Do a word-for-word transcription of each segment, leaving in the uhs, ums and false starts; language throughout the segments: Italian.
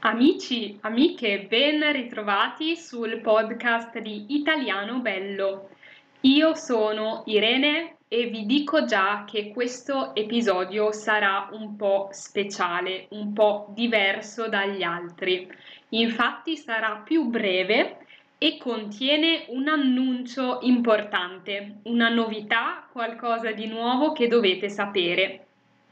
Amici, amiche, ben ritrovati sul podcast di Italiano Bello. Io sono Irene e vi dico già che questo episodio sarà un po' speciale, un po' diverso dagli altri. Infatti sarà più breve e contiene un annuncio importante, una novità, qualcosa di nuovo che dovete sapere.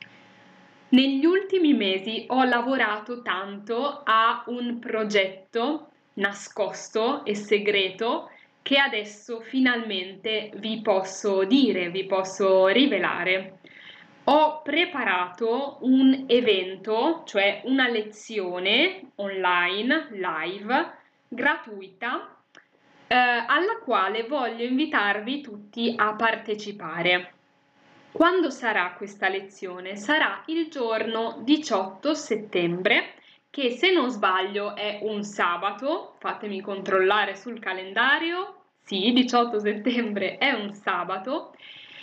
Negli ultimi mesi ho lavorato tanto a un progetto nascosto e segreto che adesso finalmente vi posso dire, vi posso rivelare. Ho preparato un evento, cioè una lezione online, live, gratuita, eh, alla quale voglio invitarvi tutti a partecipare. Quando sarà questa lezione? Sarà il giorno diciotto settembre, che se non sbaglio è un sabato, fatemi controllare sul calendario, sì, diciotto settembre è un sabato,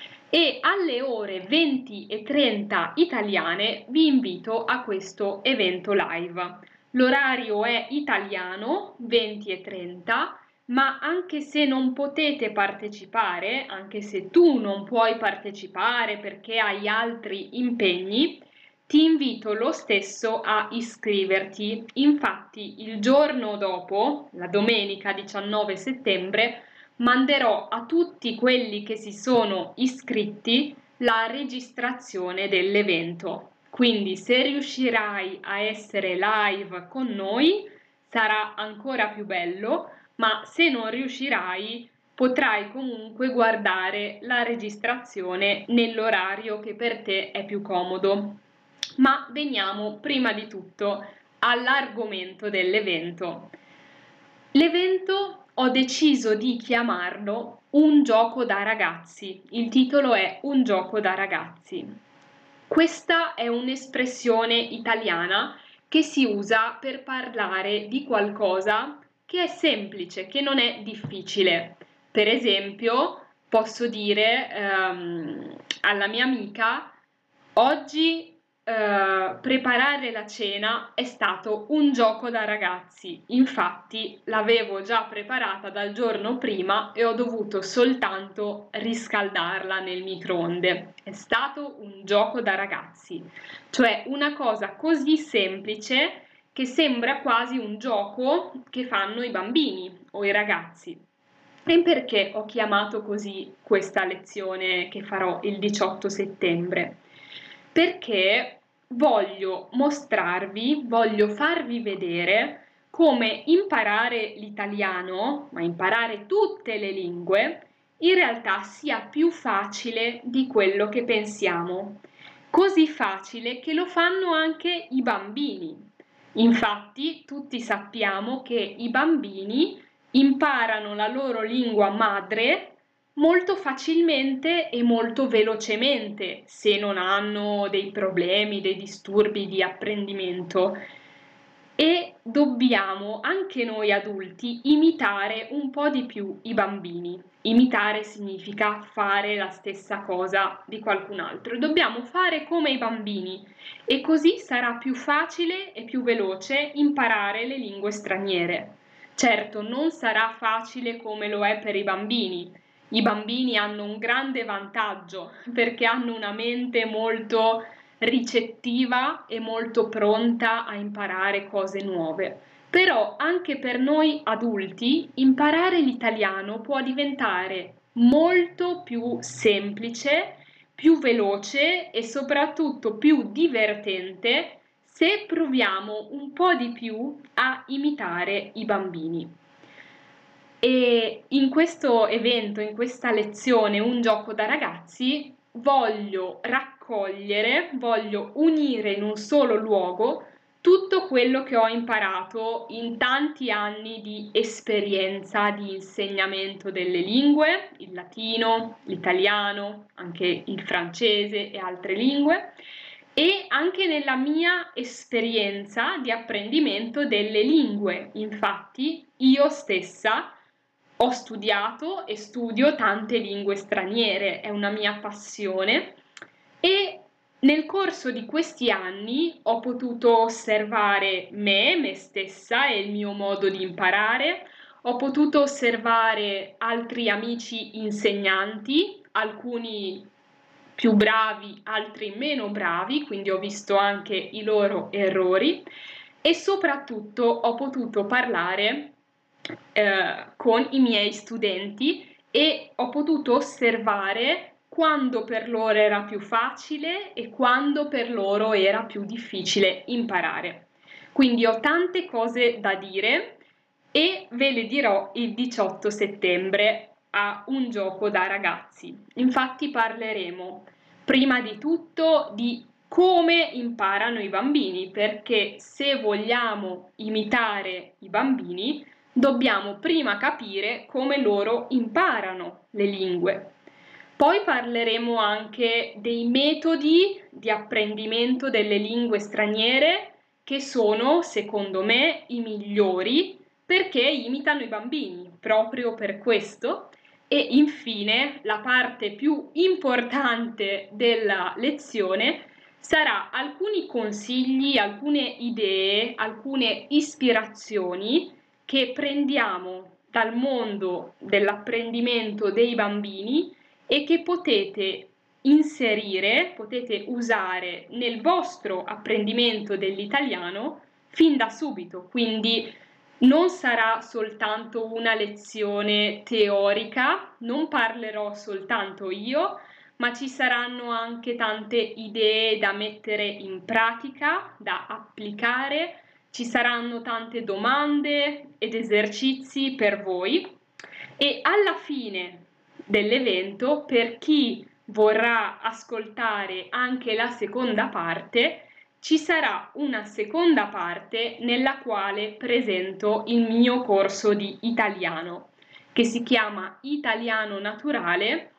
e alle ore venti e trenta italiane vi invito a questo evento live. L'orario è italiano, venti e trenta, ma anche se non potete partecipare, anche se tu non puoi partecipare perché hai altri impegni, ti invito lo stesso a iscriverti. Infatti, il giorno dopo, la domenica diciannove settembre, manderò a tutti quelli che si sono iscritti la registrazione dell'evento. Quindi, se riuscirai a essere live con noi, sarà ancora più bello, ma se non riuscirai potrai comunque guardare la registrazione nell'orario che per te è più comodo. Ma veniamo prima di tutto all'argomento dell'evento. L'evento ho deciso di chiamarlo Un gioco da ragazzi. Il titolo è Un gioco da ragazzi. Questa è un'espressione italiana che si usa per parlare di qualcosa che è semplice, che non è difficile. Per esempio, posso dire ehm, alla mia amica: oggi eh, preparare la cena è stato un gioco da ragazzi. Infatti l'avevo già preparata dal giorno prima e ho dovuto soltanto riscaldarla nel microonde. È stato un gioco da ragazzi, cioè una cosa così semplice che sembra quasi un gioco che fanno i bambini o i ragazzi. E perché ho chiamato così questa lezione che farò il diciotto settembre? Perché voglio mostrarvi, voglio farvi vedere come imparare l'italiano, ma imparare tutte le lingue, in realtà sia più facile di quello che pensiamo. Così facile che lo fanno anche i bambini. Infatti, tutti sappiamo che i bambini imparano la loro lingua madre molto facilmente e molto velocemente, se non hanno dei problemi, dei disturbi di apprendimento. E dobbiamo anche noi adulti imitare un po' di più i bambini. Imitare significa fare la stessa cosa di qualcun altro. Dobbiamo fare come i bambini e così sarà più facile e più veloce imparare le lingue straniere. Certo, non sarà facile come lo è per i bambini. I bambini hanno un grande vantaggio perché hanno una mente molto ricettiva e molto pronta a imparare cose nuove. Però anche per noi adulti imparare l'italiano può diventare molto più semplice, più veloce e soprattutto più divertente se proviamo un po' di più a imitare i bambini. E in questo evento, in questa lezione, Un gioco da ragazzi, voglio raccogliere, voglio unire in un solo luogo tutto quello che ho imparato in tanti anni di esperienza di insegnamento delle lingue, il latino, l'italiano, anche il francese e altre lingue, e anche nella mia esperienza di apprendimento delle lingue. Infatti, io stessa ho studiato e studio tante lingue straniere, è una mia passione e Nel corso di questi anni ho potuto osservare me, me stessa e il mio modo di imparare, ho potuto osservare altri amici insegnanti, alcuni più bravi, altri meno bravi, quindi ho visto anche i loro errori e soprattutto ho potuto parlare eh, con i miei studenti e ho potuto osservare quando per loro era più facile e quando per loro era più difficile imparare. Quindi ho tante cose da dire e ve le dirò il diciotto settembre a un gioco da ragazzi. Infatti parleremo prima di tutto di come imparano i bambini, perché se vogliamo imitare i bambini dobbiamo prima capire come loro imparano le lingue. Poi parleremo anche dei metodi di apprendimento delle lingue straniere che sono, secondo me, i migliori perché imitano i bambini, proprio per questo. E infine, la parte più importante della lezione sarà alcuni consigli, alcune idee, alcune ispirazioni che prendiamo dal mondo dell'apprendimento dei bambini e che potete inserire, potete usare nel vostro apprendimento dell'italiano fin da subito. Quindi non sarà soltanto una lezione teorica, non parlerò soltanto io, ma ci saranno anche tante idee da mettere in pratica, da applicare, ci saranno tante domande ed esercizi per voi e alla fine dell'evento, per chi vorrà ascoltare anche la seconda parte, ci sarà una seconda parte nella quale presento il mio corso di italiano, che si chiama Italiano Naturale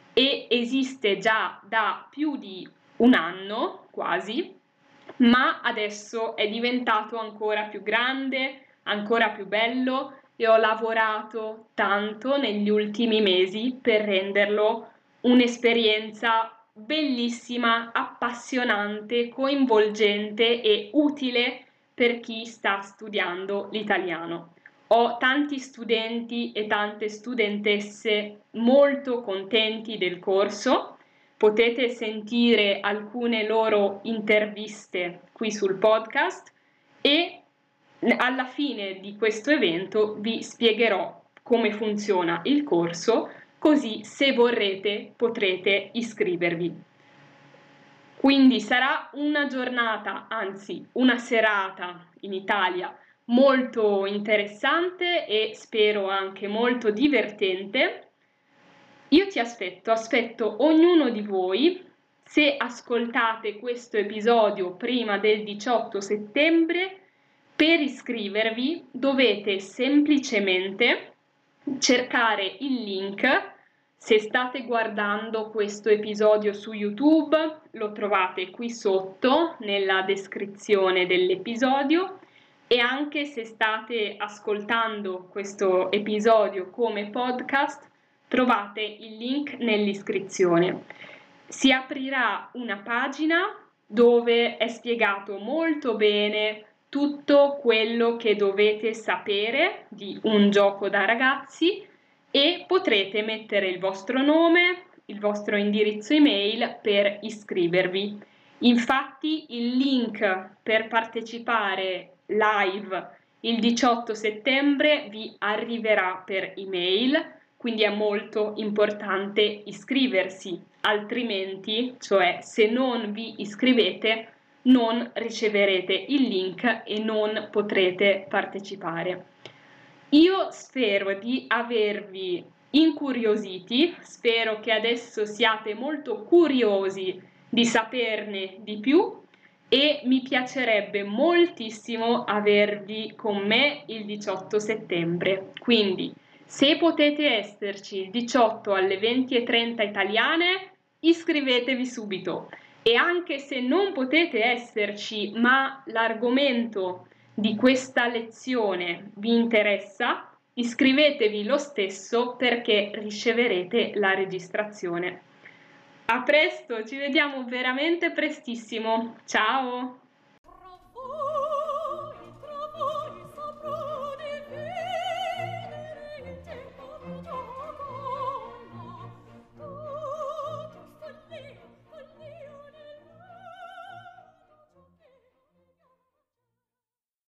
e esiste già da più di un anno quasi, ma adesso è diventato ancora più grande, ancora più bello e ho lavorato tanto negli ultimi mesi per renderlo un'esperienza bellissima, appassionante, coinvolgente e utile per chi sta studiando l'italiano. Ho tanti studenti e tante studentesse molto contenti del corso. Potete sentire alcune loro interviste qui sul podcast e alla fine di questo evento vi spiegherò come funziona il corso, così se vorrete potrete iscrivervi. Quindi sarà una giornata, anzi una serata in Italia molto interessante e spero anche molto divertente. Io ti aspetto, aspetto ognuno di voi. Se ascoltate questo episodio prima del diciotto settembre, per iscrivervi dovete semplicemente cercare il link. Se state guardando questo episodio su YouTube, lo trovate qui sotto nella descrizione dell'episodio e anche se state ascoltando questo episodio come podcast, trovate il link nell'iscrizione. Si aprirà una pagina dove è spiegato molto bene tutto quello che dovete sapere di un gioco da ragazzi e potrete mettere il vostro nome, il vostro indirizzo email per iscrivervi. Infatti il link per partecipare live il diciotto settembre vi arriverà per email, quindi è molto importante iscriversi, altrimenti, cioè se non vi iscrivete, non riceverete il link e non potrete partecipare. Io spero di avervi incuriositi, spero che adesso siate molto curiosi di saperne di più e mi piacerebbe moltissimo avervi con me il diciotto settembre. Quindi, se potete esserci il diciotto alle venti e trenta italiane, iscrivetevi subito. E anche se non potete esserci, ma l'argomento di questa lezione vi interessa, iscrivetevi lo stesso perché riceverete la registrazione. A presto, ci vediamo veramente prestissimo. Ciao!